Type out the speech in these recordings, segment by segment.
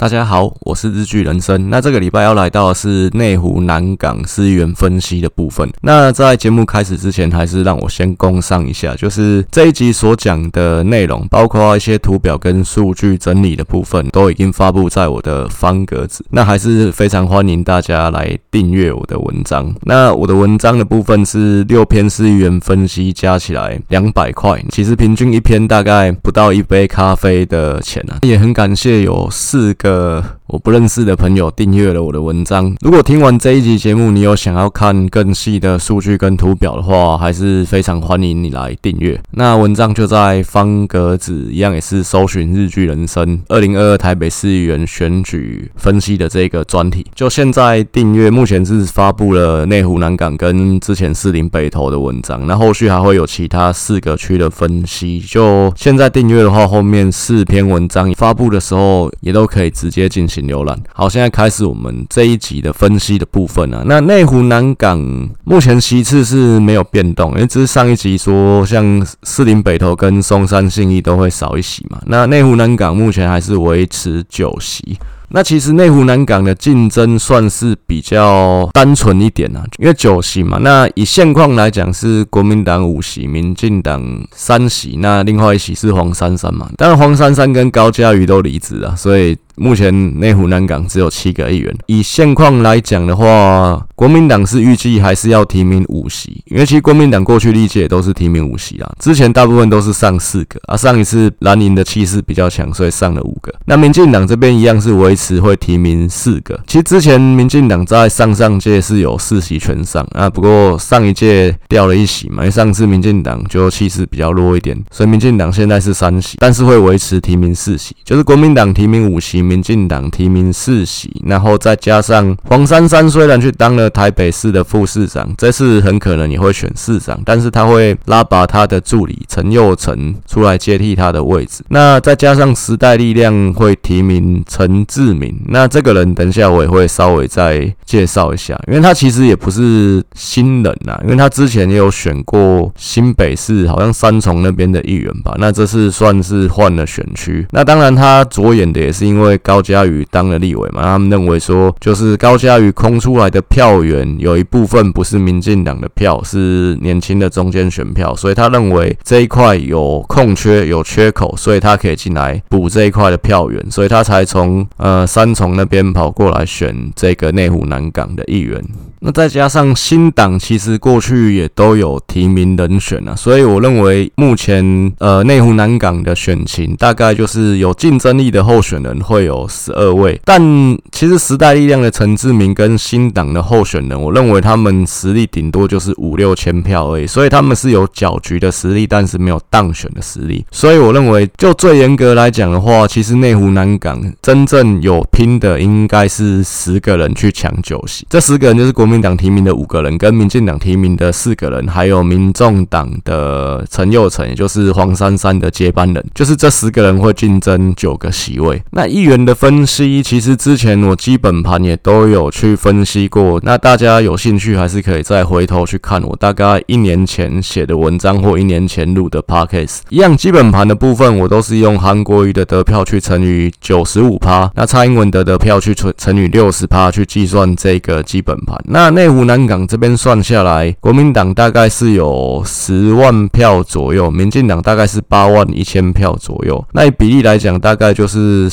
大家好，我是日剧人生。那这个礼拜要来到的是内湖南港市议员分析的部分。那在节目开始之前，还是让我先工商一下，就是这一集所讲的内容，包括一些图表跟数据整理的部分，都已经发布在我的方格子。那还是非常欢迎大家来订阅我的文章。那我的文章的部分是6篇市议员分析，加起来200块，其实平均一篇大概不到一杯咖啡的钱啊。也很感谢有4个我不认识的朋友订阅了我的文章。如果听完这一集节目，你有想要看更细的数据跟图表的话，还是非常欢迎你来订阅。那文章就在方格子，一样也是搜寻日剧人生2022台北市议员选举分析的这个专题。就现在订阅，目前是发布了内湖南港跟之前士林北投的文章，那后续还会有其他4个区的分析。就现在订阅的话，后面4篇文章发布的时候也都可以直接进行浏览。好，现在开始我们这一集的分析的部分啊。那内湖南港目前席次是没有变动，因为这是上一集说像士林北投跟松山信义都会少一席嘛。那内湖南港目前还是维持9席。那其实内湖南港的竞争算是比较单纯一点啊，因为9席嘛，那以现况来讲是国民党5席，民进党3席，那另外1席是黄珊珊嘛。当然黄珊珊跟高嘉瑜都离职了，所以目前内湖南港只有7个议员。以现况来讲的话，国民党是预计还是要提名5席，因为其实国民党过去历届也都是提名5席啦，之前大部分都是上4个啊，上一次蓝营的气势比较强，所以上了5个。那民进党这边一样是维持会提名4个。其实之前民进党在上届是有4席全上啊，不过上一届掉了1席嘛，因为上次民进党就气势比较弱一点，所以民进党现在是3席，但是会维持提名4席，就是国民党提名5席，民进党提名4席，然后再加上黄珊珊虽然去当了台北市的副市长，这次很可能也会选市长，但是他会拉拔他的助理陈佑成出来接替他的位置。那再加上时代力量会提名陈志明，那这个人等一下我也会稍微再介绍一下，因为他其实也不是新人啊，因为他之前也有选过新北市好像3重那边的议员吧，那这次算是换了选区。那当然他着眼的也是因为高嘉瑜当了立委嘛，他们认为说就是高嘉瑜空出来的票源有一部分不是民进党的票，是年轻的中间选票，所以他认为这一块有空缺有缺口，所以他可以进来补这一块的票源，所以他才从3重那边跑过来选这个内湖南港的议员。那再加上新党其实过去也都有提名人选啊，所以我认为目前内湖南港的选情大概就是有竞争力的候选人会有12位，但其实时代力量的陈志明跟新党的候选人，我认为他们实力顶多就是5-6千票而已，所以他们是有搅局的实力，但是没有当选的实力。所以我认为就最严格来讲的话，其实内湖南港真正有拼的应该是10个人去抢9席，这10个人就是国民党提名的5个人，跟民进党提名的4个人，还有民众党的陈佑成，也就是黄珊珊的接班人，就是这10个人会竞争9个席位。那议员的分析，其实之前我基本盘也都有去分析过，那大家有兴趣还是可以再回头去看我大概1年前写的文章或1年前录的 podcast。一样基本盘的部分，我都是用韩国瑜的得票去乘以 95%， 那蔡英文的得票去乘以 60% 去计算这个基本盘。那内湖南港这边算下来，国民党大概是有10万票左右，民进党大概是8万1000票左右。那以比例来讲，大概就是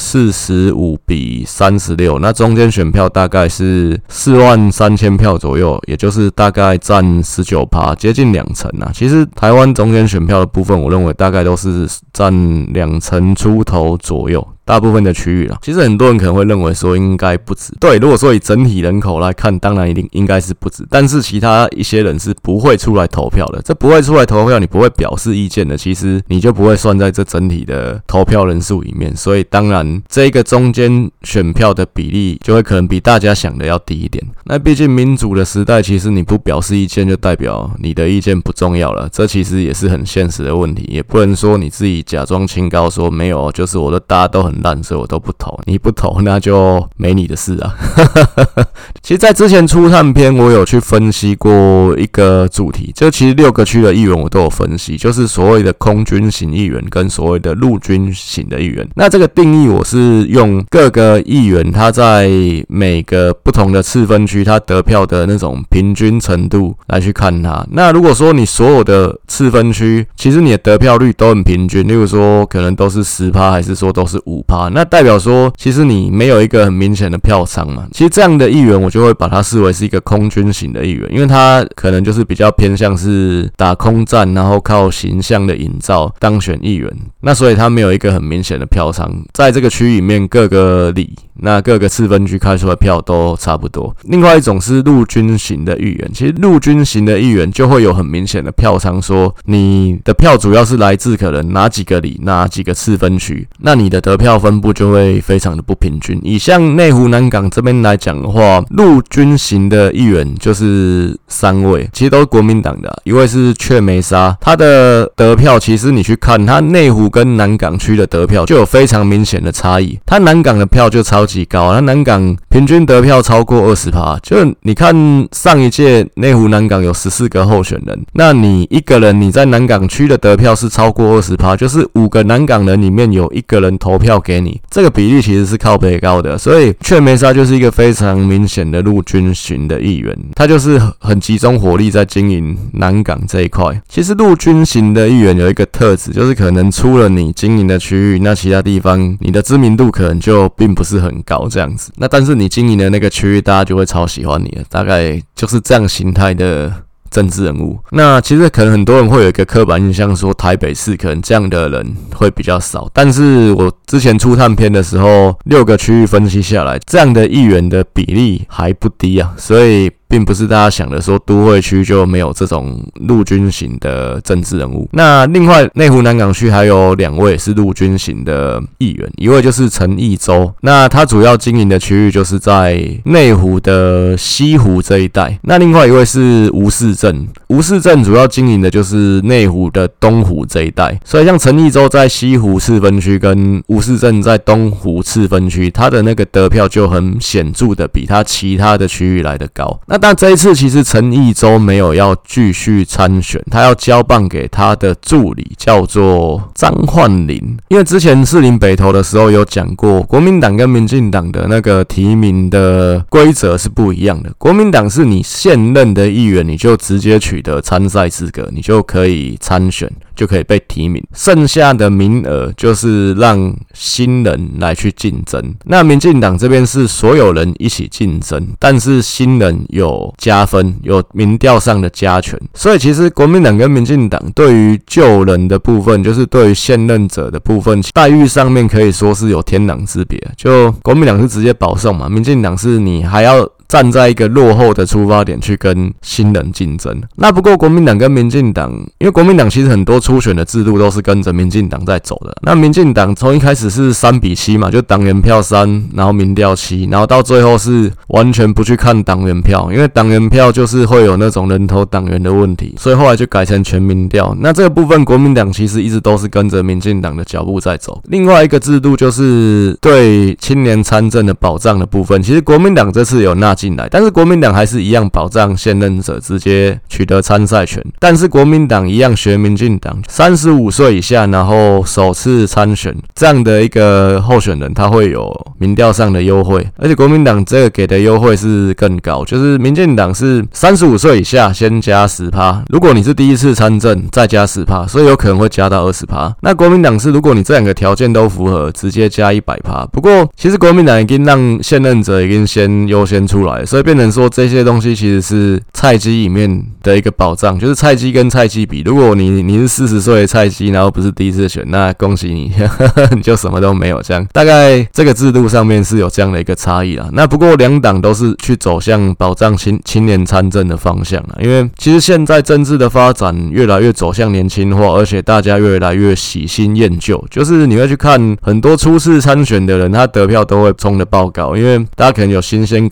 45比36，那中间选票大概是4万3000票左右，也就是大概占 19%， 接近2成啊。其实台湾中间选票的部分，我认为大概都是占2成出头左右。大部分的区域啦，其实很多人可能会认为说应该不止。对，如果说以整体人口来看，当然应该是不止。但是其他一些人是不会出来投票的，这不会出来投票，你不会表示意见的，其实你就不会算在这整体的投票人数里面。所以当然这个中间选票的比例就会可能比大家想的要低一点。那毕竟民主的时代，其实你不表示意见就代表你的意见不重要了，这其实也是很现实的问题。也不能说你自己假装清高说没有，就是我的大家都很烂，所以我都不投。你不投那就没你的事啊。 其实在之前初探篇我有去分析过一个主题，就其实6个区的议员我都有分析，就是所谓的空军型议员跟所谓的陆军型的议员。那这个定义我是用各个议员他在每个不同的次分区他得票的那种平均程度来去看它。那如果说你所有的次分区其实你的得票率都很平均，例如说可能都是 10% 还是说都是 5%， 那代表说其实你没有一个很明显的票仓嘛。其实这样的议员我就会把它视为是一个空军型的议员，因为他可能就是比较偏向是打空战，然后靠形象的营造当选议员，那所以他没有一个很明显的票仓，在这个区里面各个里那各个次分区开出的票都差不多。另外一种是陆军型的议员，其实陆军型的议员就会有很明显的票仓，说你的票主要是来自可能哪几个里哪几个次分区，那你的得票分布就会非常的不平均。以像内湖南港这边来讲的话，陆军型的议员就是3位，其实都是国民党的一位是阙梅沙，他的得票其实你去看他内湖跟南港区的得票就有非常明显的差异，他南港的票就超级高，他南港平均得票超过 20%， 就你看上一届内湖南港有14个候选人，那你一个人你在南港区的得票是超过 20%， 就是5个南港人里面有1个人投票给你，这个比例其实是靠北高的，所以阙梅沙就是一个非常明显的陆军型的议员，他就是很集中火力在经营南港这一块。其实陆军型的议员有一个特质，就是可能出了你经营的区域，那其他地方你的知名度可能就并不是很高这样子，那但是你经营的那个区域大家就会超喜欢你的，大概就是这样形态的政治人物。那其实可能很多人会有一个刻板印象说台北市可能这样的人会比较少，但是我之前出探篇的时候6个区域分析下来，这样的议员的比例还不低啊，所以并不是大家想的说都会区就没有这种陆军型的政治人物。那另外内湖南港区还有2位是陆军型的议员，一位就是陈义洲，那他主要经营的区域就是在内湖的西湖这一带，那另外一位是吴世正，吴世正主要经营的就是内湖的东湖这一带，所以像陈义洲在西湖次分区跟吴世正在东湖次分区，他的那个得票就很显著的比他其他的区域来得高。但这一次其实陈义洲没有要继续参选，他要交棒给他的助理叫做张焕霖。因为之前士林北投的时候有讲过，国民党跟民进党的那个提名的规则是不一样的。国民党是你现任的议员，你就直接取得参赛资格，你就可以参选，就可以被提名，剩下的名额就是让新人来去竞争。那民进党这边是所有人一起竞争，但是新人有加分，有民调上的加权，所以其实国民党跟民进党对于旧人的部分，就是对于现任者的部分，待遇上面可以说是有天壤之别。就国民党是直接保送嘛，民进党是你还要站在一个落后的出发点去跟新人竞争。那不过国民党跟民进党，因为国民党其实很多初选的制度都是跟着民进党在走的，那民进党从一开始是3:7嘛，就党员票3，然后民调7，然后到最后是完全不去看党员票，因为党员票就是会有那种人头党员的问题，所以后来就改成全民调。那这个部分国民党其实一直都是跟着民进党的脚步在走。另外一个制度就是对青年参政的保障的部分，其实国民党这次有纳进来，但是国民党还是一样保障现任者直接取得参赛权，但是国民党一样学民进党，35岁以下然后首次参选这样的一个候选人，他会有民调上的优惠，而且国民党这个给的优惠是更高，就是民进党是35岁以下先加 10%， 如果你是第一次参政再加 10%， 所以有可能会加到 20%。 那国民党是如果你这2个条件都符合，直接加 100%。 不过其实国民党已经让现任者已经先优先出来了，所以变成说这些东西其实是菜鸡里面的一个保障，就是菜鸡跟菜鸡比，如果你是40岁的菜鸡，然后不是第一次选，那恭喜你你就什么都没有，这样大概这个制度上面是有这样的一个差异啦。那不过2党都是去走向保障青年参政的方向啦，因为其实现在政治的发展越来越走向年轻化，而且大家越来越喜新厌旧，就是你会去看很多初次参选的人，他得票都会冲得爆高，因为大家可能有新鲜感，然后觉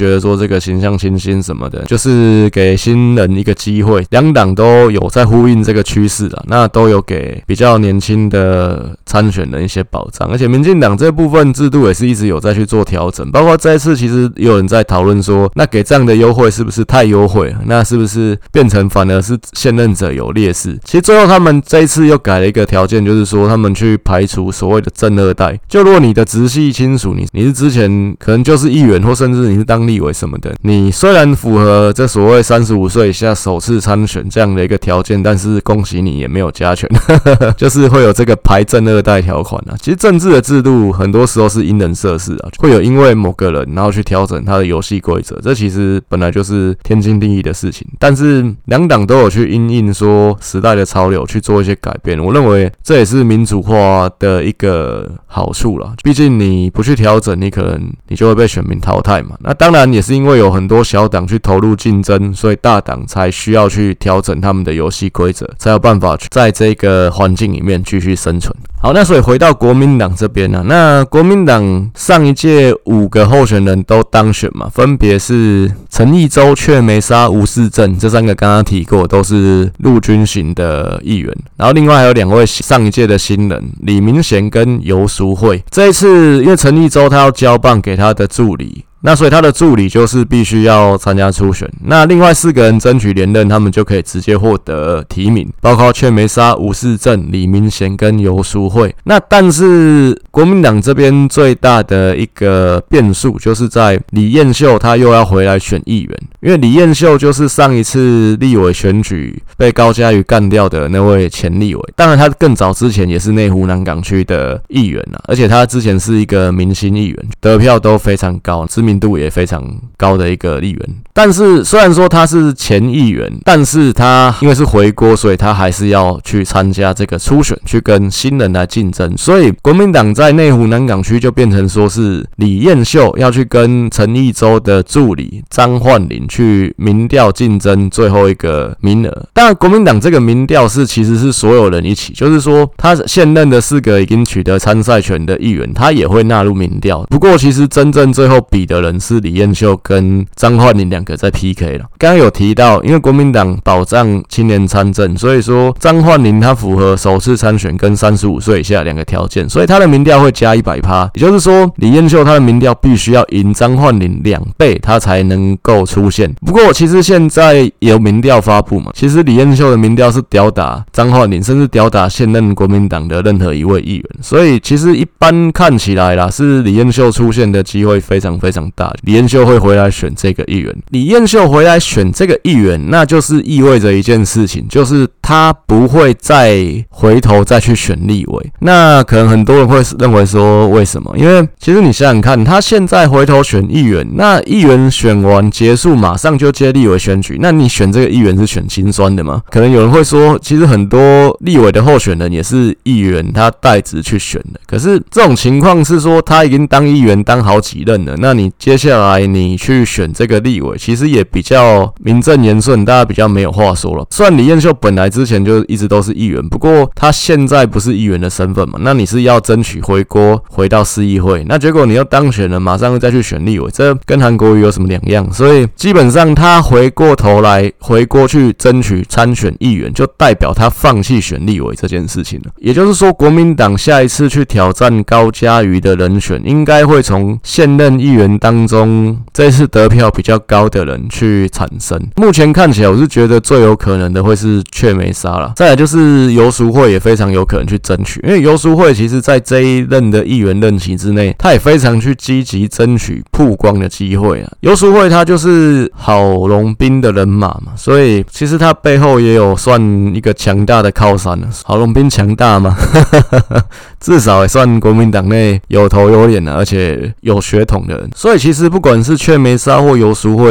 觉得说这个形象清新什么的，就是给新人一个机会。两党都有在呼应这个趋势啦，那都有给比较年轻的参选人一些保障，而且民进党这部分制度也是一直有在去做调整，包括这一次其实也有人在讨论说，那给这样的优惠是不是太优惠了？那是不是变成反而是现任者有劣势？其实最后他们这一次又改了一个条件，就是说他们去排除所谓的正二代，就如果你的直系亲属你是之前可能就是议员或甚至你是当立委什么的，你虽然符合这所谓35岁以下首次参选这样的一个条件，但是恭喜你也没有加权，就是会有这个排正二代条款啊。其实政治的制度很多时候是因人设事啊，会有因为某个人然后去调整他的游戏规则，这其实本来就是天经地义的事情。但是两党都有去因应说时代的潮流去做一些改变，我认为这也是民主化的一个好处啦。毕竟你不去调整，你可能你就会被选民淘汰嘛。那当然也是因为有很多小党去投入竞争，所以大党才需要去调整他们的游戏规则，才有办法在这个环境里面继续生存。好，那所以回到国民党这边啊，那国民党上一届5个候选人都当选嘛，分别是陈义洲、阙梅沙、吴世正，这3个刚刚提过都是陆军型的议员，然后另外还有2位上一届的新人李明贤跟游淑慧。这一次因为陈义洲他要交棒给他的助理，那所以他的助理就是必须要参加初选，那另外4个人争取连任，他们就可以直接获得提名，包括阙梅沙、吴世正、李明贤跟游淑慧。那但是国民党这边最大的一个变数就是在李彦秀他又要回来选议员，因为李彦秀就是上一次立委选举被高嘉瑜干掉的那位前立委，当然他更早之前也是内湖南港区的议员啊，而且他之前是一个明星议员，得票都非常高，知名度也非常高的一个议员。但是虽然说他是前议员，但是他因为是回锅，所以他还是要去参加这个初选，去跟新人来竞争。所以国民党在内湖南港区就变成说是李彦秀要去跟陈义洲的助理张焕霖去民调竞争最后一个名额。当然国民党这个民调是其实是所有人一起，就是说他现任的4个已经取得参赛权的议员，他也会纳入民调。不过其实真正最后比的人是李彦秀跟张焕霖2个在 PK 了。刚刚有提到，因为国民党保障青年参政，所以说张焕霖他符合首次参选跟35岁以下2个条件，所以他的民调会加 100%， 也就是说李彦秀他的民调必须要赢张焕霖2倍，他才能够出现。不过其实现在也有民调发布嘛，其实李彦秀的民调是吊打张焕霖，甚至吊打现任国民党的任何一位议员，所以其实一般看起来啦，是李彦秀出现的机会非常非常大，李彦秀会回来选这个议员。李彦秀回来选这个议员，那就是意味着一件事情，就是他不会再回头再去选立委。那可能很多人会认为说为什么？因为其实你想想看，他现在回头选议员，那议员选完结束马上就接立委选举，那你选这个议员是选心酸的吗？可能有人会说，其实很多立委的候选人也是议员他代职去选的，可是这种情况是说他已经当议员当好几任了，那你接下来你去选这个立委，其实也比较名正言顺，大家比较没有话说了。虽然李彦秀本来之前就一直都是议员，不过他现在不是议员的身份嘛，那你是要争取回锅回到市议会，那结果你又当选了，马上又再去选立委，这跟韩国瑜有什么两样？所以基本上他回过头来回锅去争取参选议员，就代表他放弃选立委这件事情了。也就是说，国民党下一次去挑战高嘉瑜的人选，应该会从现任议员当中这次得票比较高的人去产生。目前看起来，我是觉得最有可能的会是阙梅沙啦，再来就是游淑慧也非常有可能去争取，因为游淑慧其实在这一任的议员任期之内，他也非常去积极争取曝光的机会啊。游淑慧他就是郝龙斌的人马嘛，所以其实他背后也有算一个强大的靠山了。郝龙斌强大吗？至少也算国民党内有头有脸的，而且有血统的人。所以其实不管是阙梅沙或游淑慧，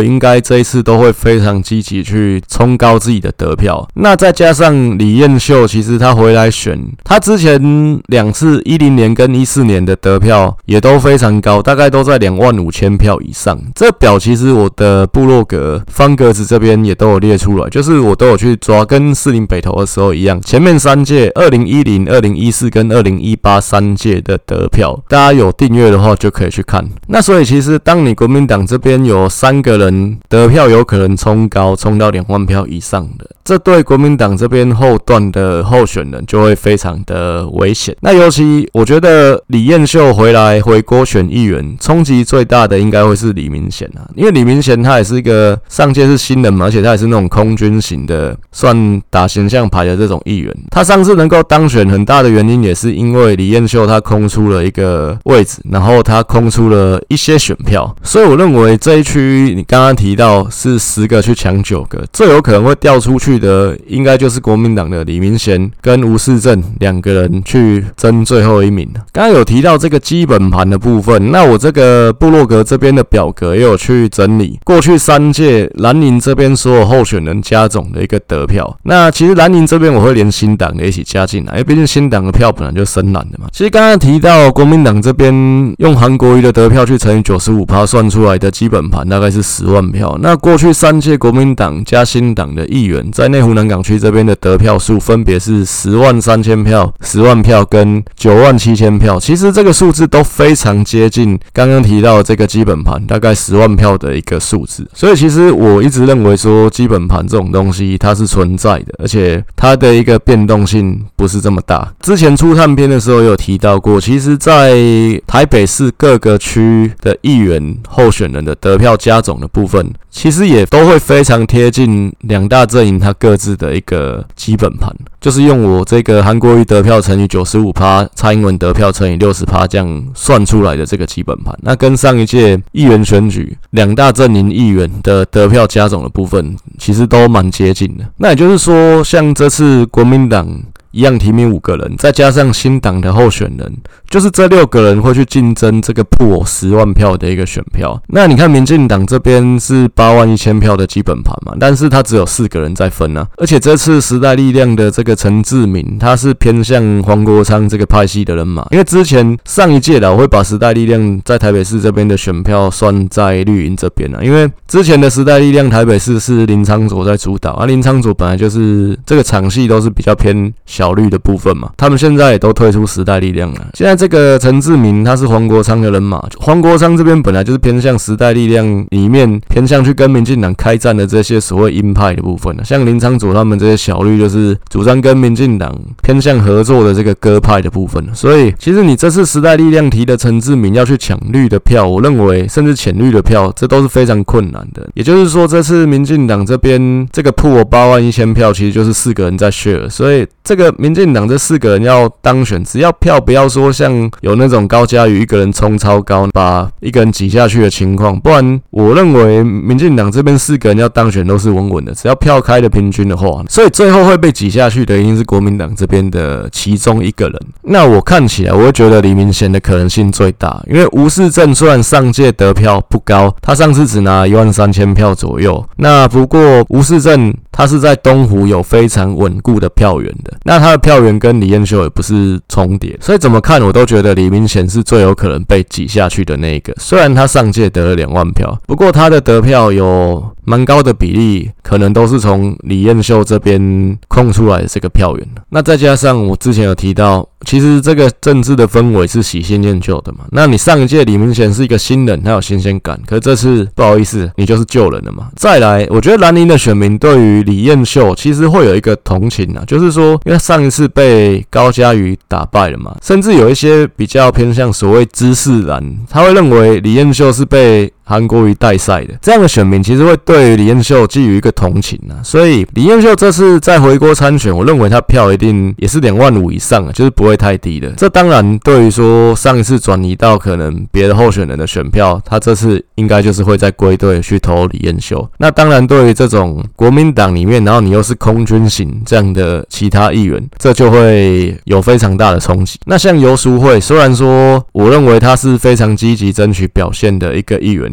应该这一次都会非常积极去冲高自己的得票。那再加上李彦秀，其实他回来选，他之前2次10年跟14年的得票也都非常高，大概都在25000票以上。这表其实我的部落格方格子这边也都有列出来，就是我都有去抓，跟士林北投的时候一样，前面3届2010、2014跟2018 3届的得票，大家有订阅的话就可以去看。那所以其实当你国民党这边有3个人得票有可能冲高，冲到2万票以上的，这对国民党这边后段的候选人就会非常的危险。那尤其我觉得李彦秀回国选议员，冲击最大的应该会是李明贤啊，因为李明贤他也是一个上届是新人嘛，而且他也是那种空军型的，算打形象牌的这种议员。他上次能够当选很大的原因也是因为李彦秀他空出了一个位置，然后他空出了一些选票，所以我认为这一区你刚刚提到是10个去抢9个，最有可能会掉出去的应该就是国民党的李明贤跟吴世正2个人去争最后一名。刚刚有提到这个基本盘的部分，那我这个部落格这边的表格也有去整理过去3届蓝营这边所有候选人加总的一个得票。那其实蓝营这边我会连新党的一起加进来，因为毕竟新党的票本来就深蓝的嘛。其实刚刚提到国民党这边用韩国瑜的得票去乘以 95% 算出来的基本盘大概是10万票。那过去3届国民党加新党的议员在内湖南港区这边的得票数分别是103000票、10万票跟97000票。其实这个数字都非常接近刚刚提到的这个基本盘大概10万票的一个数字。所以其实我一直认为说基本盘这种东西它是存在的，而且它的一个变动性不是这么大。之前出探片的时候有提到过，其实在台北市各个区的议员候选人的得票加总的部分，其实也都会非常贴近2大阵营它各自的一个基本盘，就是用我这个韩国瑜得票乘以 95%， 蔡英文得票乘以 60% 这样算出来的这个基本盘。那跟上一届议员选举2大阵营议员的得票加总的部分其实都蛮接近的。那也就是说，像这次国民党一样提名5个人，再加上新党的候选人，就是这6个人会去竞争这个破10万票的一个选票。那你看民进党这边是81000票的基本盘嘛，但是他只有4个人在分啊。而且这次时代力量的这个陈志明，他是偏向黄国昌这个派系的人嘛，因为之前上一届我会把时代力量在台北市这边的选票算在绿营这边啊，因为之前的时代力量台北市是林昌佐在主导啊，林昌佐本来就是这个场系都是比较偏小绿的部分嘛，他们现在也都退出时代力量了。现在这个陈志明他是黄国昌的人马，黄国昌这边本来就是偏向时代力量里面偏向去跟民进党开战的这些所谓鹰派的部分，像林昌佐他们这些小绿就是主张跟民进党偏向合作的这个鸽派的部分。所以其实你这次时代力量提的陈志明要去抢绿的票，我认为甚至浅绿的票，这都是非常困难的。也就是说，这次民进党这边这个破81000票，其实就是4个人在 share， 所以这个民进党这4个人要当选，只要票不要说像有那种高嘉瑜1个人冲超高把1个人挤下去的情况，不然我认为民进党这边4个人要当选都是稳稳的，只要票开的平均的话，所以最后会被挤下去的一定是国民党这边的其中1个人。那我看起来我会觉得李明贤的可能性最大，因为吴世正虽然上届得票不高，他上次只拿13000票左右，那不过吴世正他是在东湖有非常稳固的票源的，那他的票源跟李彦秀也不是重叠，所以怎么看我都觉得李明贤是最有可能被挤下去的那一个。虽然他上届得了2万票，不过他的得票有蛮高的比例可能都是从李彦秀这边空出来的这个票源。那再加上我之前有提到，其实这个政治的氛围是喜新厌旧的嘛，那你上一届李明贤是一个新人，他有新鲜感，可是这次不好意思你就是旧人了嘛。再来我觉得蓝营的选民对于李彦秀其实会有一个同情啊，就是说因为他上一次被高嘉瑜打败了嘛，甚至有一些比较偏向所谓知识蓝，他会认为李彦秀是被韩国瑜带赛的，这样的选民其实会对于李彦秀寄予一个同情啊，所以李彦秀这次再回国参选，我认为他票一定也是25000以上啊，就是不会太低的。这当然对于说上一次转移到可能别的候选人的选票，他这次应该就是会再归队去投李彦秀。那当然对于这种国民党里面，然后你又是空军型这样的其他议员，这就会有非常大的冲击。那像游淑慧，虽然说我认为他是非常积极争取表现的一个议员，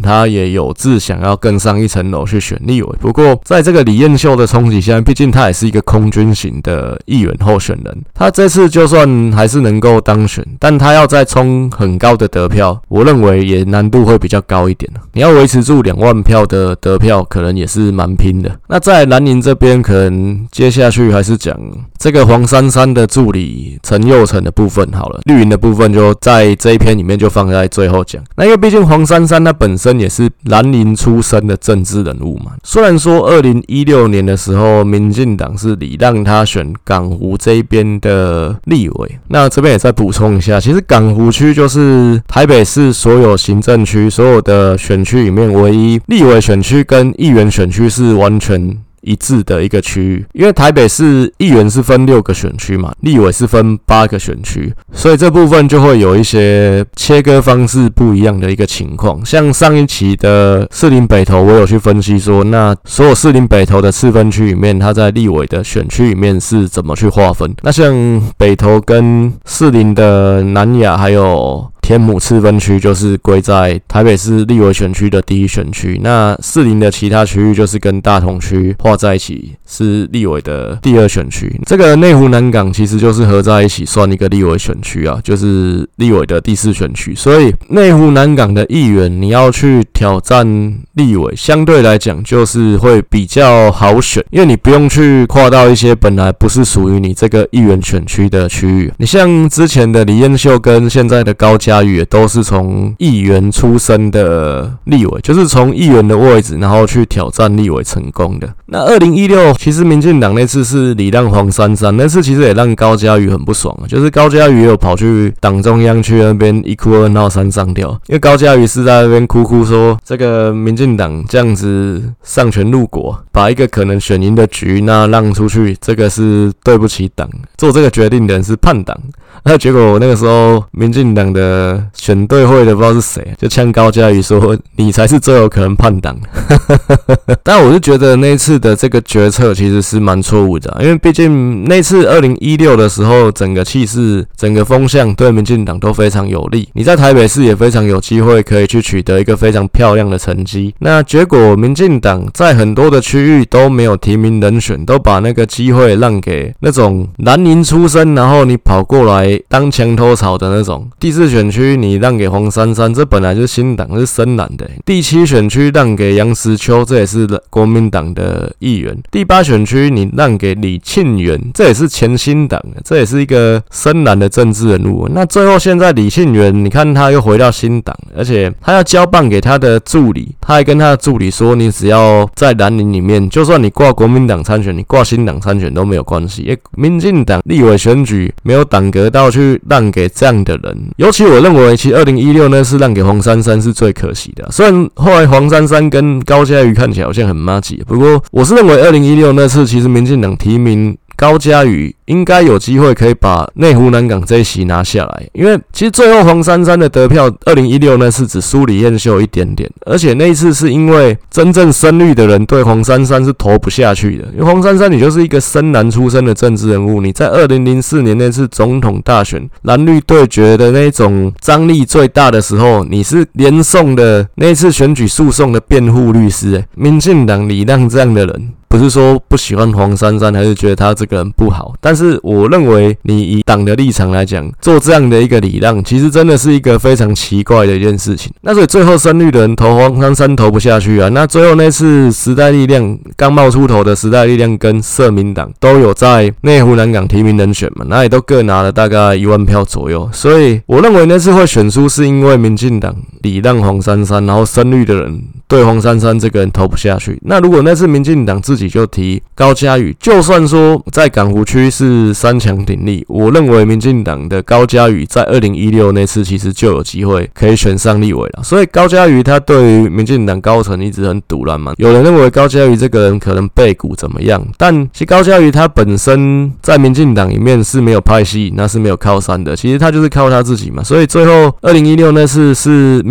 他也有志想要更上一层楼去选立委。不过在这个李彦秀的冲击下，毕竟他也是一个空军型的议员候选人，他这次就算还是能够当选，但他要再冲很高的得票，我认为也难度会比较高一点。你要维持住2万票的得票，可能也是蛮拼的。那在蓝营这边，可能接下去还是讲这个黄珊珊的助理陈佑成的部分好了，绿营的部分就在这一篇里面就放在最后讲。那因为毕竟黄珊珊她本身也是蓝营出身的政治人物嘛，虽然说2016年的时候，民进党是礼让他选港湖这一边的立委。那这边也再补充一下，其实港湖区就是台北市所有行政区所有的选区里面唯一立委选区跟议员选区是完全一致的一个区域，因为台北市议员是分6个选区嘛，立委是分8个选区，所以这部分就会有一些切割方式不一样的一个情况。像上一期的士林北投，我有去分析说，那所有士林北投的次分区里面，它在立委的选区里面是怎么去划分。那像北投跟士林的南雅还有天母次分区就是归在台北市立委选区的第1选区，那士林的其他区域就是跟大同区划在一起，是立委的第2选区。这个内湖南港其实就是合在一起算一个立委选区啊，就是立委的第4选区。所以内湖南港的议员你要去挑战立委，相对来讲就是会比较好选，因为你不用去跨到一些本来不是属于你这个议员选区的区域。你像之前的李彦秀跟现在的高嘉瑜也都是从议员出身的立委，就是从议员的位置然后去挑战立委成功的。那2016其实民进党那次是礼让黄珊珊，那次其实也让高嘉瑜很不爽，就是高嘉瑜也有跑去党中央去那边1哭2闹3上吊，因为高嘉瑜是在那边哭说这个民进党这样子丧权入国，把一个可能选赢的局那让出去，这个是对不起党，做这个决定的人是叛党。那结果那个时候民进党的选对会的不知道是谁，就呛高嘉瑜说你才是最有可能叛党。但我是觉得那次的这个决策其实是蛮错误的，因为毕竟那次2016的时候，整个气势、整个风向对民进党都非常有利，你在台北市也非常有机会可以去取得一个非常漂亮的成绩。那结果民进党在很多的区域都没有提名人选，都把那个机会让给那种蓝营出身，然后你跑过来当墙头草的那种。第4选区你让给黄珊珊，这本来就是新党，是深蓝的。第7选区让给杨石秋，这也是国民党的议员。第8选区你让给李庆元，这也是前新党的，这也是一个深蓝的政治人物。那最后现在李庆元，你看他又回到新党，而且他要交棒给他的助理，他还跟他的助理说，你只要在蓝营里面，就算你挂国民党参选，你挂新党参选都没有关系。因为民进党立委选举没有党格到去让给这样的人，尤其我认为其实2016那是让给黄珊珊是最可惜的。虽然后来黄珊珊跟高嘉瑜看起来好像很麻吉，不过我是认为2016那次其实民进党提名高嘉瑜应该有机会可以把内湖南港这一席拿下来，因为其实最后黄珊珊的得票2016那次只输李彦秀一点点，而且那一次是因为真正深绿的人对黄珊珊是投不下去的，因为黄珊珊你就是一个深蓝出身的政治人物，你在2004年那次总统大选蓝绿对决的那种张力最大的时候，你是连送的那一次选举诉讼的辩护律师，民进党礼让这样的人。不是说不喜欢黄珊珊，还是觉得他这个人不好，但是我认为你以党的立场来讲，做这样的一个礼让，其实真的是一个非常奇怪的一件事情。那所以最后深绿的人投黄珊珊投不下去啊。那最后那次时代力量刚冒出头的时代力量跟社民党都有在内湖南港提名人选嘛，那也都各拿了大概1万票左右。所以我认为那次会选输，是因为民进党礼让黄珊珊，然后深绿的人对黄珊珊这个人投不下去。那如果那次民进党自己就提高嘉瑜，就算说在港湖区是3强鼎立，我认为民进党的高嘉瑜在2016那次其实就有机会可以选上立委了。所以高嘉瑜他对于民进党高层一直很堵拦嘛，有人认为高嘉瑜这个人可能背骨怎么样，但其实高嘉瑜他本身在民进党里面是没有派系，那是没有靠山的，其实他就是靠他自己嘛。所以最后2016那次是民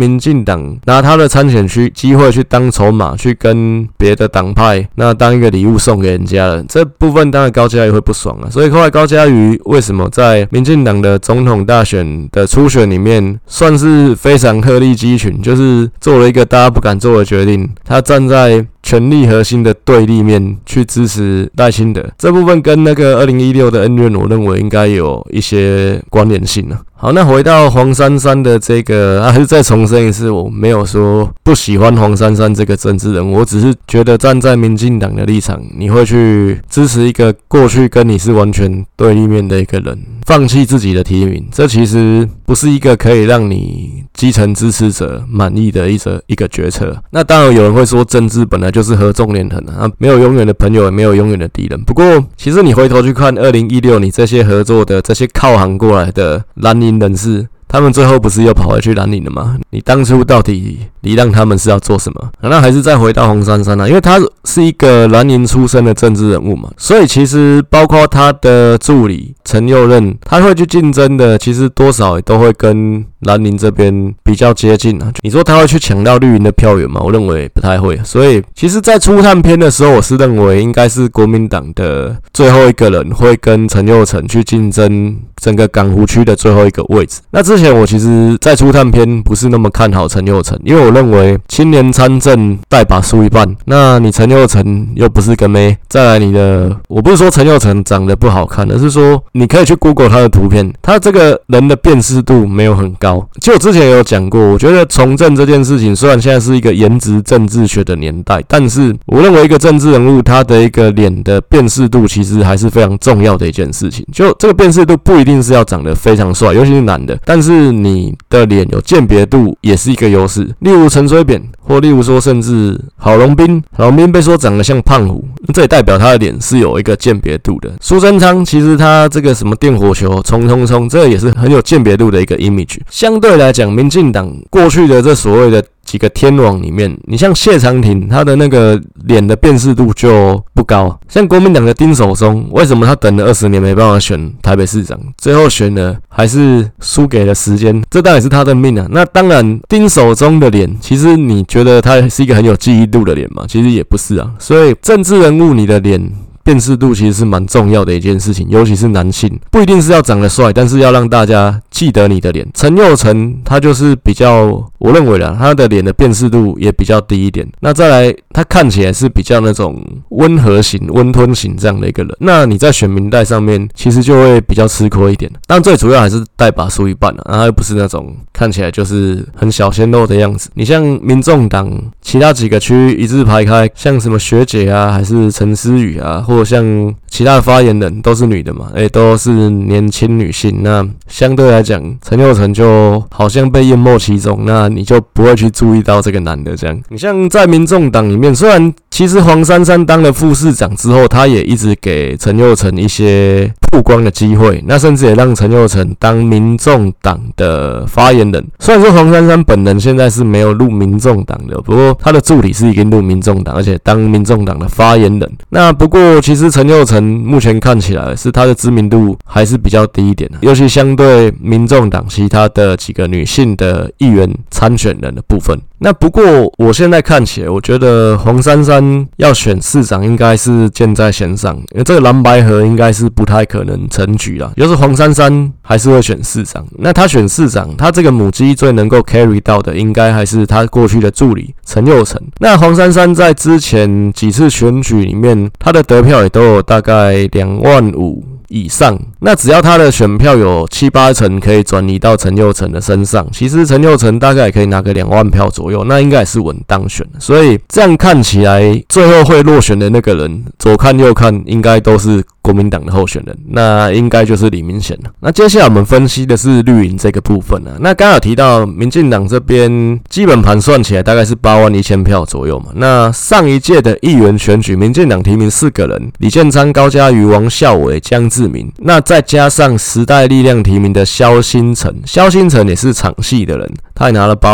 民进党拿他的参选机会去当筹码，去跟别的党派那当一个礼物送给人家了，这部分当然高嘉瑜会不爽啊。所以后来高嘉瑜为什么在民进党的总统大选的初选里面算是非常鹤立鸡群，就是做了一个大家不敢做的决定，他站在权力核心的对立面去支持赖清德，这部分跟那个2016的恩怨，我认为应该有一些关联性啊。好，那回到黄珊珊的这个，还是再重申一次，我没有说不喜欢黄珊珊这个政治人物，我只是觉得站在民进党的立场，你会去支持一个过去跟你是完全对立面的一个人，放弃自己的提名，这其实不是一个可以让你基层支持者满意的一个决策。那当然有人会说，政治本来就是合纵连横啊，没有永远的朋友，也没有永远的敌人。不过，其实你回头去看2016，你这些合作的这些靠行过来的蓝营人士，他们最后不是又跑回去蓝营了吗？你当初到底你让他们是要做什么？那还是再回到黄珊珊啊，因为他是一个蓝营出身的政治人物嘛，所以其实包括他的助理陈佑任，他会去竞争的，其实多少也都会跟蓝营这边比较接近啊。你说他会去抢到绿营的票源吗？我认为不太会。所以其实在初探篇的时候，我是认为应该是国民党的最后一个人会跟陈佑成去竞争整个港湖区的最后一个位置。那之前我其实在初探篇不是那么看好陈佑成，因为我认为青年参政带把输一半，那你陈佑成又不是个妹，再来你的，我不是说陈佑成长得不好看，而是说你可以去 Google 他的图片，他这个人的辨识度没有很高。其实我之前也有讲过，我觉得从政这件事情虽然现在是一个颜值政治学的年代，但是我认为一个政治人物他的一个脸的辨识度其实还是非常重要的一件事情。就这个辨识度不一定是要长得非常帅，尤其是男的，但是你的脸有鉴别度也是一个优势。例如陈水扁，或例如说甚至郝龙斌被说长得像胖虎，这也代表他的脸是有一个鉴别度的。苏贞昌其实他这个什么电火球冲，这个也是很有鉴别度的一个 image。相对来讲，民进党过去的这所谓的几个天王里面，你像谢长廷，他的那个脸的辨识度就不高。像国民党的丁守中，为什么他等了20年没办法选台北市长，最后选了还是输给了时间？这当然是他的命啊。那当然，丁守中的脸，其实你觉得他是一个很有记忆度的脸吗？其实也不是啊。所以政治人物你的脸辨识度其实是蛮重要的一件事情，尤其是男性，不一定是要长得帅，但是要让大家记得你的脸。陈佑成他就是比较，我认为啦，他的脸的辨识度也比较低一点。那再来，他看起来是比较那种温和型、温吞型这样的一个人。那你在选民代上面，其实就会比较吃亏一点。但最主要还是带把输一半啊，他又不是那种看起来就是很小鲜肉的样子。你像民众党其他几个区一字排开，像什么学姐啊，还是陈思雨啊，或者像其他的发言人都是女的嘛，都是年轻女性。那相对来讲，陈佑成就好像被淹没其中，那你就不会去注意到这个男的这样。你像在民众党里面，虽然其实黄珊珊当了副市长之后，他也一直给陈佑成一些曝光的机会，那甚至也让陈佑成当民众党的发言人。虽然说黄珊珊本人现在是没有入民众党的，不过他的助理是已经入民众党，而且当民众党的发言人。那不过其实陈佑成目前看起来是他的知名度还是比较低一点的，尤其相对民众党其他的几个女性的议员参选人的部分。那不过我现在看起来，我觉得黄珊珊要选市长应该是箭在弦上，因为这个蓝白合应该是不太可能成局啦。就是黄珊珊还是会选市长，那他选市长，他这个母鸡最能够 carry 到的，应该还是他过去的助理陈佑成。那黄珊珊在之前几次选举里面，他的得票也都有大概25000以上，那只要他的选票有7-8成可以转移到陈佑成的身上，其实陈佑成大概也可以拿个2万票左右，那应该也是稳当选的。所以这样看起来，最后会落选的那个人，左看右看，应该都是国民党的候选人，那应该就是李明贤了。那接下来我们分析的是绿营这个部分啊。那刚好提到民进党这边基本盘算起来大概是81000票左右嘛。那上一届的议员选举，民进党提名4个人：李建昌、高嘉瑜、王孝伟、江志明。那再加上时代力量提名的萧兴诚，萧兴诚也是场系的人，他也拿了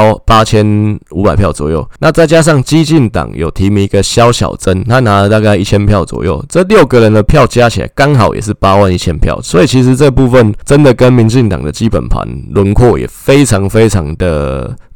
8500票左右。那再加上基进党有提名一个萧小珍，他拿了大概1000票左右。这6个人的票加起来刚好也是81000票，所以其实这部分真的跟民进党的基本盘轮廓也非常非常的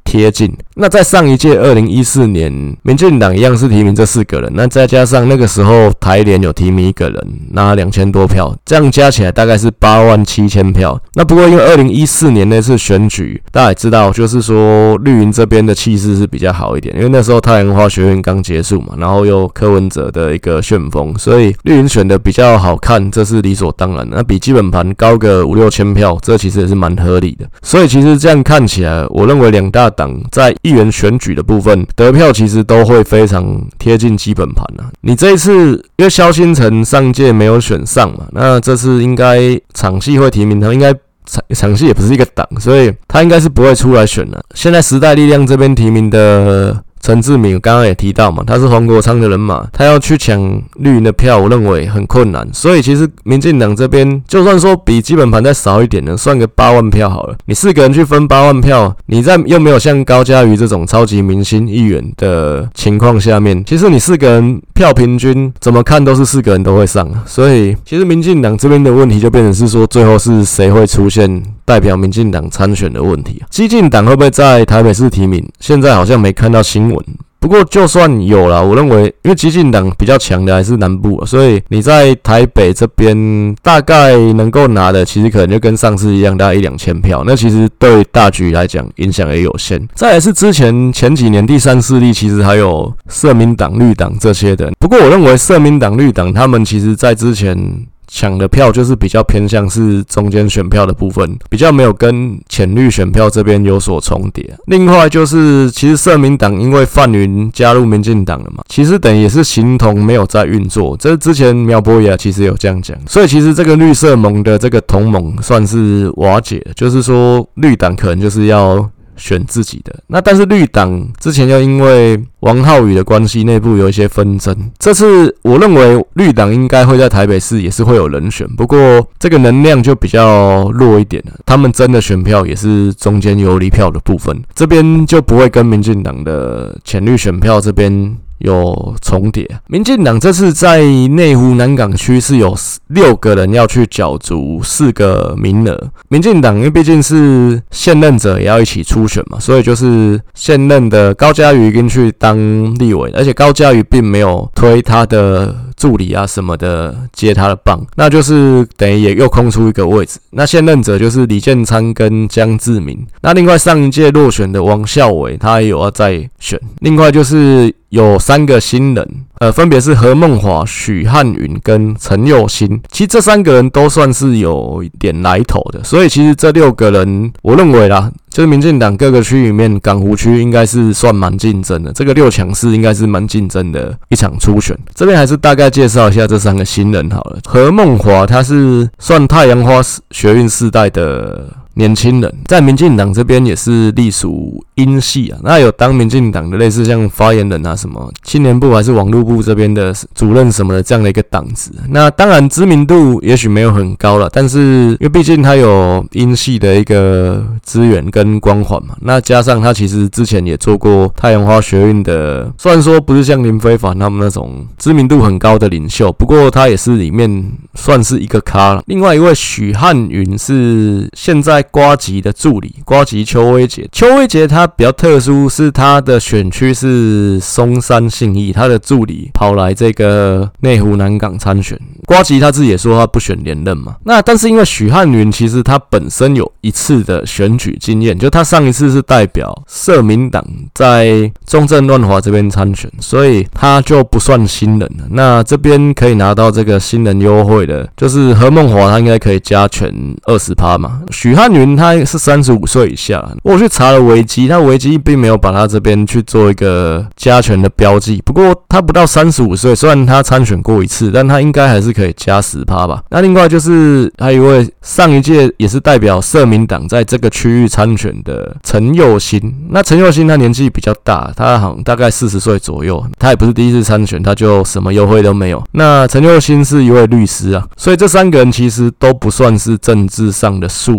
贴近。那在上一届2014年，民进党一样是提名这4个人，那再加上那个时候台联有提名1个人，拿2000多票，这样加起来大概是87000票。那不过因为2014年那次选举，大家也知道，就是说绿营这边的气势是比较好一点，因为那时候太阳花学运刚结束嘛，然后又柯文哲的一个旋风，所以绿营选的比较好看，这是理所当然的。那比基本盘高个5、6千票，这其实也是蛮合理的。所以其实这样看起来，我认为两大党在议员选举的部分得票其实都会非常贴近基本盘啊。你这一次因为萧欣腾上届没有选上嘛，那这次应该场系会提名他，应该场系也不是一个党，所以他应该是不会出来选了。现在时代力量这边提名的陈志明刚刚也提到嘛，他是黄国昌的人马，他要去抢绿营的票，我认为很困难。所以其实民进党这边就算说比基本盘再少一点呢，算个8万票好了。你4个人去分8万票，你在又没有像高嘉瑜这种超级明星议员的情况下面，其实你4个人票平均怎么看都是4个人都会上。所以其实民进党这边的问题就变成是说，最后是谁会出现代表民进党参选的问题。基进党会不会在台北市提名？现在好像没看到新闻。不过就算有啦，我认为因为基进党比较强的还是南部，所以你在台北这边大概能够拿的，其实可能就跟上次一样，大概1-2千票。那其实对大局来讲影响也有限。再来是前几年第三势力，其实还有社民党、绿党这些的。不过我认为社民党、绿党他们其实在之前抢的票就是比较偏向是中间选票的部分，比较没有跟浅绿选票这边有所重叠。另外就是其实社民党因为范云加入民进党了嘛，其实等于也是形同没有在运作，这之前苗博雅其实有这样讲。所以其实这个绿色盟的这个同盟算是瓦解了，就是说绿党可能就是要选自己的。那但是绿党之前又因为王浩宇的关系，内部有一些纷争。这次我认为绿党应该会在台北市也是会有人选，不过这个能量就比较弱一点了。他们真的选票也是中间游离票的部分，这边就不会跟民进党的浅绿选票这边有重叠。民进党这次在内湖南港区是有6个人要去角逐4个名额。民进党因为毕竟是现任者也要一起出选嘛，所以就是现任的高嘉瑜跟去当立委，而且高嘉瑜并没有推他的助理啊什么的接他的棒，那就是等于也又空出一个位置。那现任者就是李建昌跟江志明。那另外上一届落选的王孝伟他也有要再选。另外就是有3个新人，分别是何孟华、许汉云跟陈佑兴。其实这3个人都算是有一点来头的，所以其实这6个人，我认为啦，就是民进党各个区里面，港湖区应该是算蛮竞争的。这个6强势应该是蛮竞争的一场初选。这边还是大概介绍一下这3个新人好了。何孟华他是算太阳花学运世代的年轻人，在民进党这边也是隶属英系啊，那有当民进党的类似像发言人啊什么青年部还是网络部这边的主任什么的这样的一个党职。那当然知名度也许没有很高了，但是因为毕竟他有英系的一个资源跟光环嘛，那加上他其实之前也做过太阳花学运的，虽然说不是像林非凡他们那种知名度很高的领袖，不过他也是里面算是一个咖了。另外一位许汉云是现在呱吉的助理，呱吉邱威杰。邱威杰他比较特殊，是他的选区是松山信义，他的助理跑来这个内湖南港参选。呱吉他自己也说他不选连任嘛。那但是因为许汉云其实他本身有一次的选举经验，就他上一次是代表社民党在中正万华这边参选，所以他就不算新人了。那这边可以拿到这个新人优惠的，就是何孟华他应该可以加权 20% 嘛。许汉云他是35岁以下，我去查了维基，他维基并没有把他这边去做一个加权的标记。不过他不到35岁，虽然他参选过一次，但他应该还是可以加 10% 吧。那另外就是还有一位上一届也是代表社民党在这个区域参选的陈佑兴。那陈佑兴他年纪比较大，他好像大概40岁左右，他也不是第一次参选，他就什么优惠都没有。那陈佑兴是一位律师啊，所以这3个人其实都不算是政治上的素人。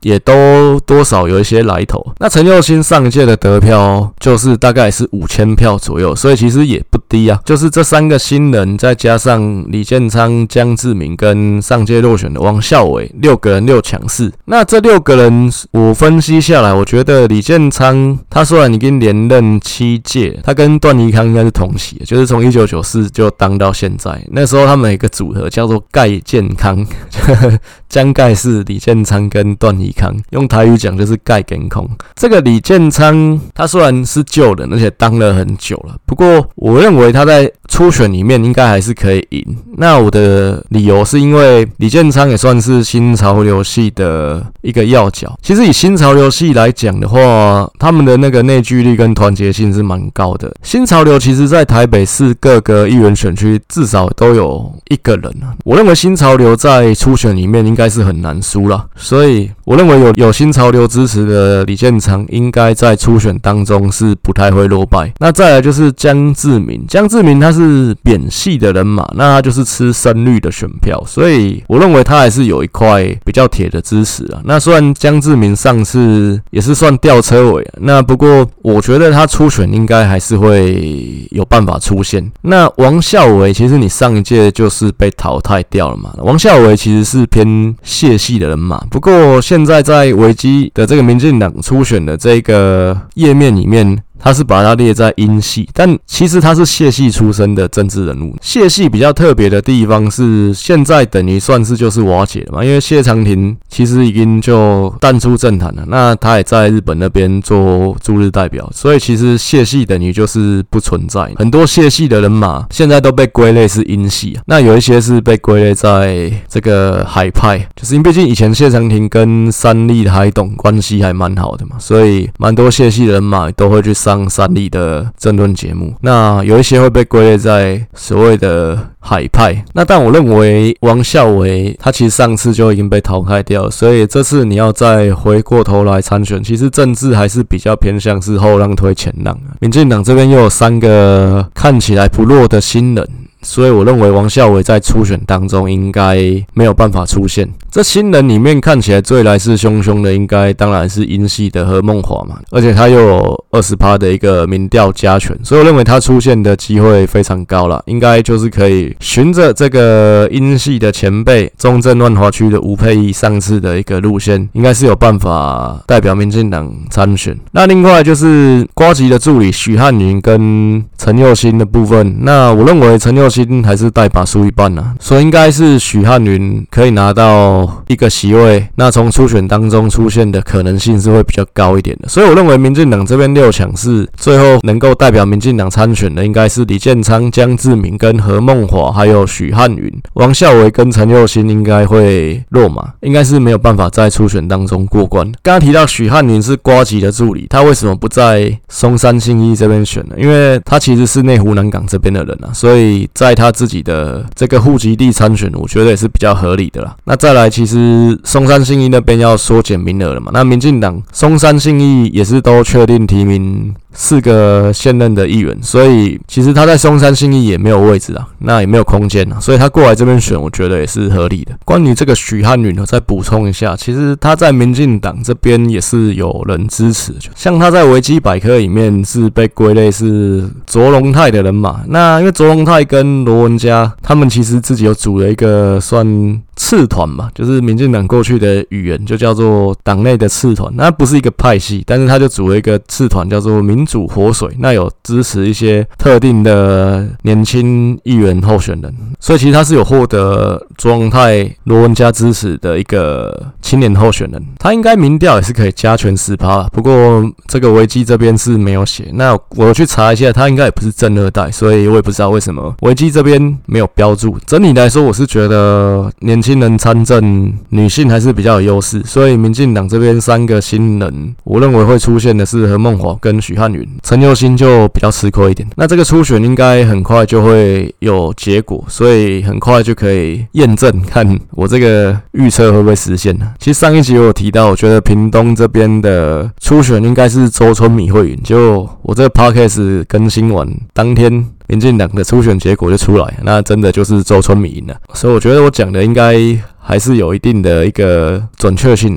也都多少有一些来头。那陈佑兴上一届的得票就是大概是5000票左右，所以其实也不低啊。就是这3个新人，再加上李建昌、江志明跟上届落选的王孝伟，6个人6抢4。那这6个人我分析下来，我觉得李建昌他虽然已经连任7届，他跟段宜康应该是同期，就是从1994就当到现在。那时候他们有一个组合叫做盖健康，江盖是李建昌跟段宜康，用台语讲就是盖健康。这个李建昌他虽然是旧人，而且当了很久了，不过我认为他在初选里面应该还是可以赢。那我的理由是因为李建昌也算是新潮流系的一个要角。其实以新潮流系来讲的话，他们的那个内聚力跟团结性是蛮高的。新潮流其实在台北市各个议员选区至少都有1个人啊。我认为新潮流在初选里面应该是很难输啦，所以我认为有新潮流支持的李建昌应该在初选当中是不太会落败。那再来就是江志明，江志明他是扁系的人嘛，那他就是吃深绿的选票，所以我认为他还是有一块比较铁的支持啊。那虽然江志明上次也是算吊车尾啊，那不过我觉得他初选应该还是会有办法出现。那王孝伟其实你上一届就是被淘汰掉了嘛，王孝伟其实是偏谢系的人嘛，不过现在在维基的这个民进党初选的这个页面里面，他是把它列在英系，但其实他是谢系出身的政治人物。谢系比较特别的地方是，现在等于算是就是瓦解了嘛，因为谢长廷其实已经就淡出政坛了，那他也在日本那边做驻日代表，所以其实谢系等于就是不存在。很多谢系的人马现在都被归类是英系啊，那有一些是被归类在这个海派，就是因为毕竟以前谢长廷跟三立的海董关系还蛮好的嘛，所以蛮多谢系的人马都会去上三立的政论节目，那有一些会被归类在所谓的海派。那但我认为王孝伟他其实上次就已经被淘汰掉了，所以这次你要再回过头来参选，其实政治还是比较偏向是后浪推前浪啊。民进党这边又有3个看起来不弱的新人，所以我认为王孝伟在初选当中应该没有办法出现。这新人里面看起来最来势汹汹的，应该当然是英系的何孟华嘛，而且他又有20%的一个民调加权，所以我认为他出现的机会非常高啦，应该就是可以循着这个英系的前辈中正万华区的吴沛忆上次的一个路线，应该是有办法代表民进党参选。那另外就是呱吉的助理许汉云跟陈佑兴的部分，那我认为陈佑兴还是带把输一半啦，所以应该是许汉云可以拿到1个席位，那从初选当中出现的可能性是会比较高一点的，所以我认为民进党这边6抢4，最后能够代表民进党参选的应该是李建昌、江志明跟何孟华，还有许汉云。王孝伟跟陈佑兴应该会落马，应该是没有办法在初选当中过关。刚刚提到许汉云是呱吉的助理，他为什么不在松山信义这边选呢？因为他其实是内湖南港这边的人啊，所以在他自己的这个户籍地参选，我觉得也是比较合理的啦。那再来，其实松山信义那边要缩减名额了嘛，那民进党松山信义也是都确定提名4个现任的议员，所以其实他在松山信义也没有位置啊，那也没有空间啊，所以他过来这边选，我觉得也是合理的。关于这个许汉云，我再补充一下，其实他在民进党这边也是有人支持，像他在维基百科里面是被归类是卓荣泰的人嘛，那因为卓荣泰跟罗文嘉他们其实自己有组了一个算次团嘛，就是民进党过去的语言就叫做党内的次团，那不是一个派系，但是他就组了一个次团叫做民主活水，那有支持一些特定的年轻议员候选人，所以其实他是有获得卓荣泰、罗文嘉支持的一个青年候选人，他应该民调也是可以加权10%，不过这个维基这边是没有写，那我去查一下，他应该也不是正二代，所以我也不知道为什么维基这边没有标注。整体来说，我是觉得年轻人参政，女性还是比较有优势，所以民进党这边3个新人，我认为会出现的是何孟华跟许汉云，陈佑兴就比较吃亏一点。那这个初选应该很快就会有结果，所以很快就可以验证看我这个预测会不会实现呢？其实上一集我有提到，我觉得屏东这边的初选应该是周春米会赢，就我这个 podcast 更新完当天，民进党的初选结果就出来，那真的就是周春米赢了，所以我觉得我讲的应该还是有一定的一个准确性。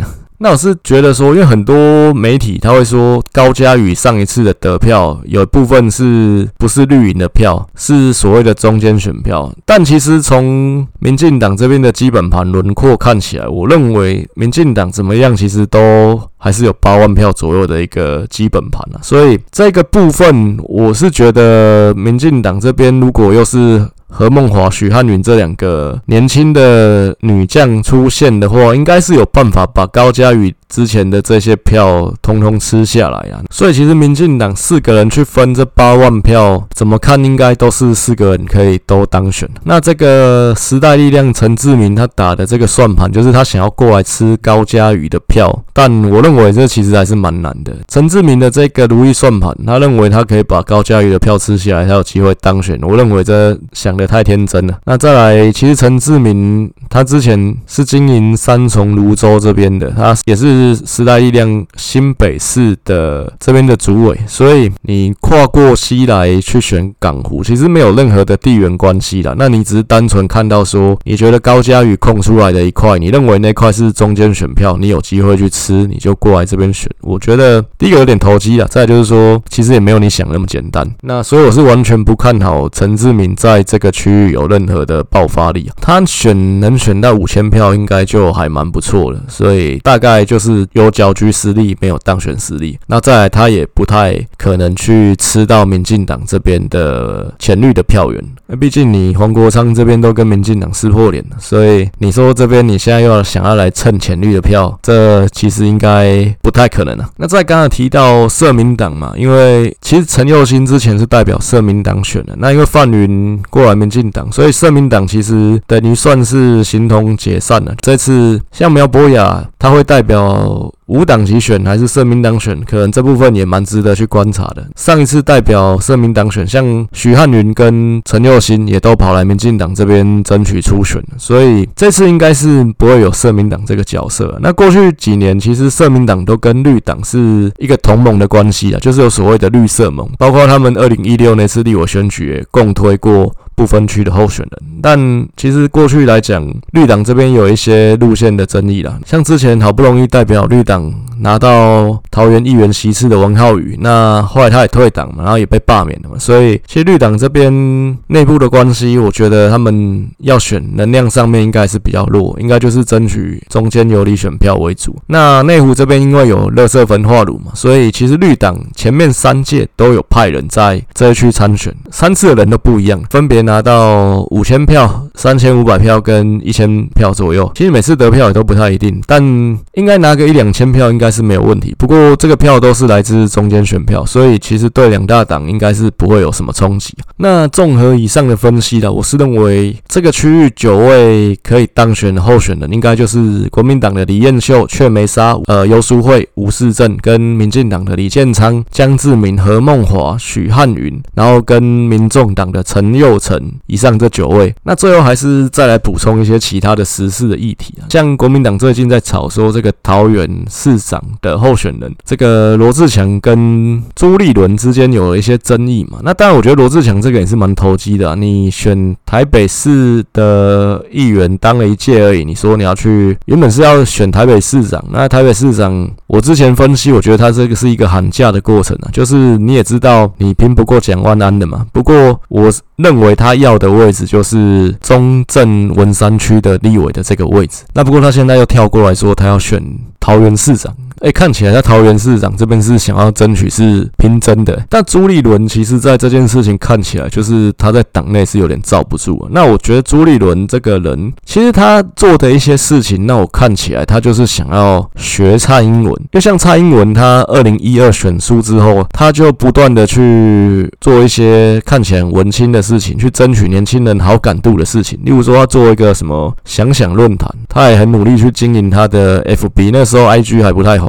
那我是觉得说，因为很多媒体他会说高嘉瑜上一次的得票有一部分是不是绿营的票，是所谓的中间选票，但其实从民进党这边的基本盘轮廓看起来，我认为民进党怎么样其实都还是有8万票左右的一个基本盘啊，所以这个部分我是觉得民进党这边如果又是何孟华、许汉云这2个年轻的女将出现的话，应该是有办法把高嘉瑜之前的这些票通通吃下来啊。所以其实民进党4个人去分这8万票，怎么看应该都是4个人可以都当选。那这个时代力量陈志明他打的这个算盘，就是他想要过来吃高嘉瑜的票，但我认为这其实还是蛮难的。陈志明的这个如意算盘，他认为他可以把高嘉瑜的票吃下来，他有机会当选。我认为这想的太天真了。那再来，其实陈志明他之前是经营三重泸州这边的，他也是时代力量新北市的这边的主委，所以你跨过溪来去选港湖，其实没有任何的地缘关系啦。那你只是单纯看到说，你觉得高嘉瑜空出来的一块，你认为那块是中间选票，你有机会去吃，你就过来这边选。我觉得第一个有点投机啦，再来就是说，其实也没有你想那么简单。那所以我是完全不看好陈志明在这个区域有任何的爆发力，他能选到5000票，应该就还蛮不错了。所以大概就是有搅局实力，没有当选实力。那再来，他也不太可能去吃到民进党这边的浅绿的票源。毕竟你黄国昌这边都跟民进党撕破脸了，所以你说这边你现在又想要来蹭浅绿的票，这其实应该不太可能啊。那再刚才提到社民党嘛，因为其实陈佑兴之前是代表社民党选的，那因为范云过来民进党，所以社民党其实等于算是形同解散了。这次像苗博雅，他会代表无党籍选还是社民党选，可能这部分也蛮值得去观察的。上一次代表社民党选，像许汉云跟陈佑兴也都跑来民进党这边争取初选，所以这次应该是不会有社民党这个角色。那过去几年其实社民党都跟绿党是一个同盟的关系啊，就是有所谓的绿色盟，包括他们2016那次立委选举也共推过不分区的候选人。但其实过去来讲，绿党这边有一些路线的争议啦，像之前好不容易代表绿党拿到桃园议员席次的王浩宇，那后来他也退党嘛，然后也被罢免了嘛，所以其实绿党这边内部的关系，我觉得他们要选能量上面应该是比较弱，应该就是争取中间游离选票为主。那内湖这边因为有垃圾焚化炉嘛，所以其实绿党前面3届都有派人在这一区参选，3次的人都不一样，分别拿到5000票、3500票跟1000票左右。其实每次得票也都不太一定，但应该拿个1-2000票应该是没有问题。不过这个票都是来自中间选票，所以其实对2大党应该是不会有什么冲击。那综合以上的分析啦，我是认为这个区域9位可以当选的候选人，应该就是国民党的李彦秀、阙玫莎、游淑慧、吴世正，跟民进党的李建昌、江志明、何孟华、许汉云，然后跟民众党的陈佑成，以上这9位。那最后还是再来补充一些其他的时事的议题啊，像国民党最近在吵说这个桃园市长的候选人，这个罗智强跟朱立伦之间有了一些争议嘛。那当然我觉得罗智强这个也是蛮投机的啊，你选台北市的议员当了1届而已，你说你要去原本是要选台北市长，那台北市长我之前分析，我觉得他这个是一个喊价的过程啊，就是你也知道你拼不过蒋万安的嘛。不过我认为他要的位置就是中正文山区的立委的这个位置。那不过他现在又跳过来说他要选桃园市长，看起来他桃园市长这边是想要争取是拼真的，但朱立伦其实在这件事情看起来就是他在党内是有点罩不住。那我觉得朱立伦这个人，其实他做的一些事情，那我看起来他就是想要学蔡英文，就像蔡英文他2012选输之后，他就不断的去做一些看起来很文青的事情，去争取年轻人好感度的事情。例如说他做一个什么想想论坛，他也很努力去经营他的 FB， 那时候 IG 还不太红，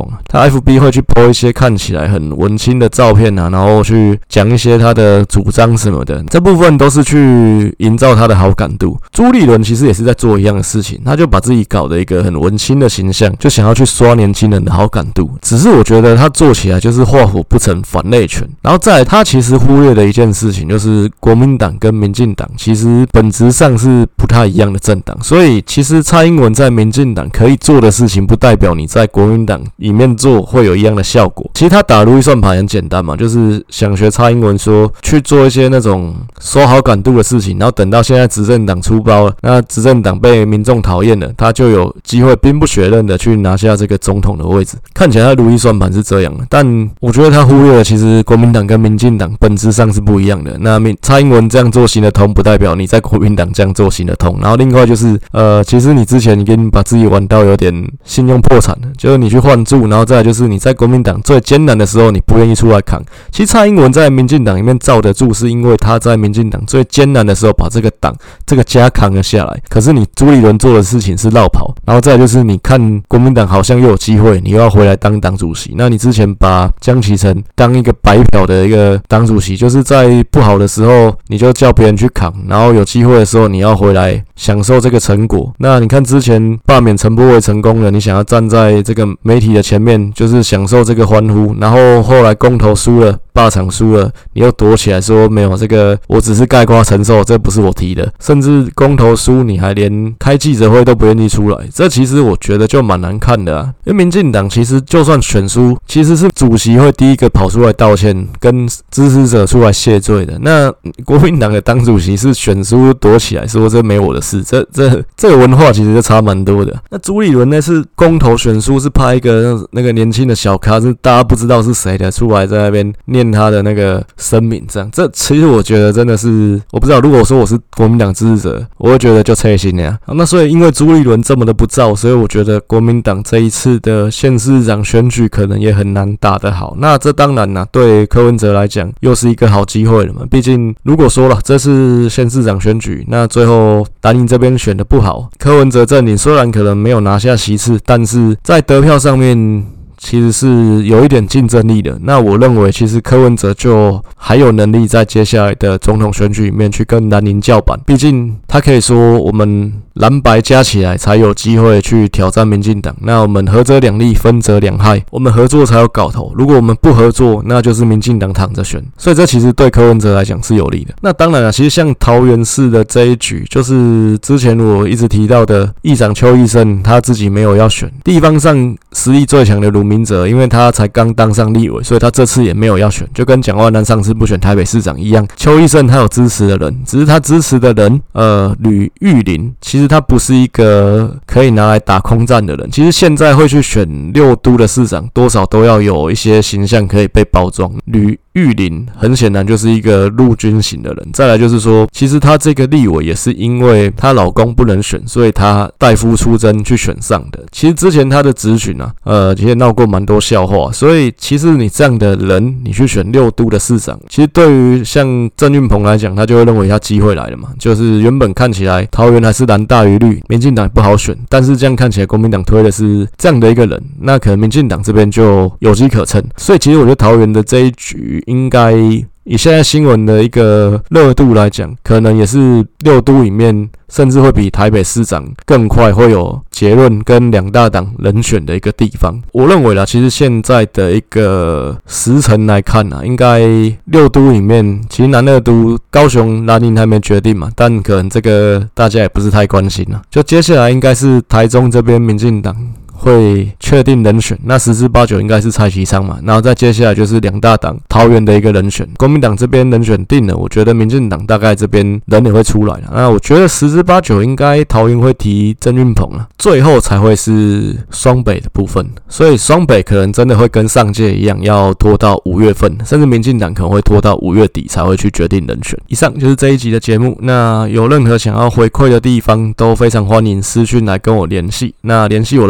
统啊，他 FB 会去 po 一些看起来很文青的照片啊，然后去讲一些他的主张什么的，这部分都是去营造他的好感度。朱立伦其实也是在做一样的事情，他就把自己搞的一个很文青的形象，就想要去刷年轻人的好感度。只是我觉得他做起来就是画虎不成反类犬。然后再来，他其实忽略的一件事情就是国民党跟民进党其实本质上是不太一样的政党，所以其实蔡英文在民进党可以做的事情，不代表你在国民党里面做会有一样的效果。其实他打如意算盘很简单嘛，就是想学蔡英文说去做一些那种收好感度的事情，然后等到现在执政党出包了，那执政党被民众讨厌了，他就有机会兵不血刃的去拿下这个总统的位置。看起来他如意算盘是这样的，但我觉得他忽略了其实国民党跟民进党本质上是不一样的。那蔡英文这样做行得通，不代表你在国民党这样做行得通。然后另外就是其实你之前已经把自己玩到有点信用破产了，就是你去换注，然后再来就是你在国民党最艰难的时候你不愿意出来扛。其实蔡英文在民进党里面罩得住，是因为他在民进党最艰难的时候把这个党这个家扛了下来。可是你朱立伦做的事情是绕跑，然后再来就是你看国民党好像又有机会，你又要回来当党主席。那你之前把江启臣当一个白嫖的一个党主席，就是在不好的时候你就叫别人去扛，然后有机会的时候你要回来享受这个成果。那你看之前罢免陈柏惟成功了，你想要站在这个媒体的前面，就是享受这个欢呼，然后后来公投输了，罢场输了，你又躲起来说没有这个，我只是概括承受，这不是我提的。甚至公投输，你还连开记者会都不愿意出来，这其实我觉得就蛮难看的啊。因为民进党其实就算选输，其实是主席会第一个跑出来道歉，跟支持者出来谢罪的。那国民党的党主席是选输躲起来说这没我的事，这个文化其实就差蛮多的。那朱立伦那次公投选输是派一个那个年轻的小咖，是大家不知道是谁的，出来在那边念他的那个声明，这其实我觉得真的是，我不知道，如果说我是国民党支持者，我会觉得就切心呀。那所以因为朱立伦这么的不照，所以我觉得国民党这一次的县市长选举可能也很难打得好。那这当然啦，对柯文哲来讲又是一个好机会了嘛。毕竟如果说了这是县市长选举，那最后蓝营这边选的不好，柯文哲阵营虽然可能没有拿下席次，但是在得票上面其实是有一点竞争力的。那我认为其实柯文哲就还有能力在接下来的总统选举里面去跟蓝营叫板，毕竟他可以说我们蓝白加起来才有机会去挑战民进党，那我们合则两利，分则两害，我们合作才有搞头，如果我们不合作，那就是民进党躺着选，所以这其实对柯文哲来讲是有利的。那当然了，其实像桃园市的这一局，就是之前我一直提到的议长邱奕胜他自己没有要选，地方上实力最强的卢明哲，因为他才刚当上立委，所以他这次也没有要选，就跟蒋万安上次不选台北市长一样。邱奕胜他有支持的人，只是他支持的人吕玉玲其实他不是一个可以拿来打空战的人。其实现在会去选6都的市长，多少都要有一些形象可以被包装。吕玉玲很显然就是一个陆军型的人。再来就是说，其实她这个立委也是因为她老公不能选，所以她代夫出征去选上的。其实之前她的质询其实闹过蛮多笑话，所以其实你这样的人，你去选6都的市长，其实对于像郑运鹏来讲，他就会认为他机会来了嘛。就是原本看起来桃园还是蓝大于绿，民进党也不好选，但是这样看起来国民党推的是这样的一个人，那可能民进党这边就有机可乘。所以其实我觉得桃园的这一局应该以现在新闻的一个热度来讲，可能也是6都里面甚至会比台北市长更快会有结论跟2大党人选的一个地方。我认为啦，其实现在的一个时程来看应该6都里面，其实南2都高雄蓝营还没决定嘛，但可能这个大家也不是太关心啦。就接下来应该是台中这边民进党会确定人选，那10之8九应该是蔡其昌嘛，然后再接下来就是2大党桃园的一个人选，国民党这边人选定了，我觉得民进党大概这边人也会出来了。那我觉得10之8九应该桃园会提郑运鹏了，最后才会是双北的部分，所以双北可能真的会跟上届一样，要拖到5月份，甚至民进党可能会拖到5月底才会去决定人选。以上就是这一集的节目，那有任何想要回馈的地方，都非常欢迎私讯来跟我联系。那联系我的方式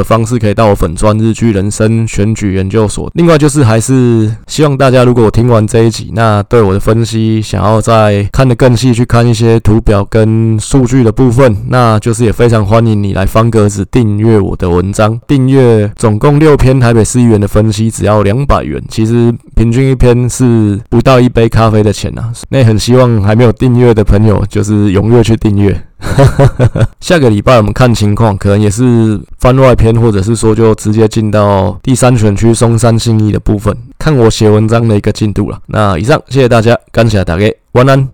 可以到我粉专日剧人生选举研究所。另外就是还是希望大家如果听完这一集，那对我的分析想要再看得更细，去看一些图表跟数据的部分，那就是也非常欢迎你来方格子订阅我的文章。订阅总共6篇台北市议员的分析，只要200元，其实平均一篇是不到一杯咖啡的钱啊。那也很希望还没有订阅的朋友，就是踊跃去订阅。下个礼拜我们看情况，可能也是番外篇，或者是说就直接进到第3选区松山信义的部分，看我写文章的一个进度了。那以上，谢谢大家，感谢大家，晚安。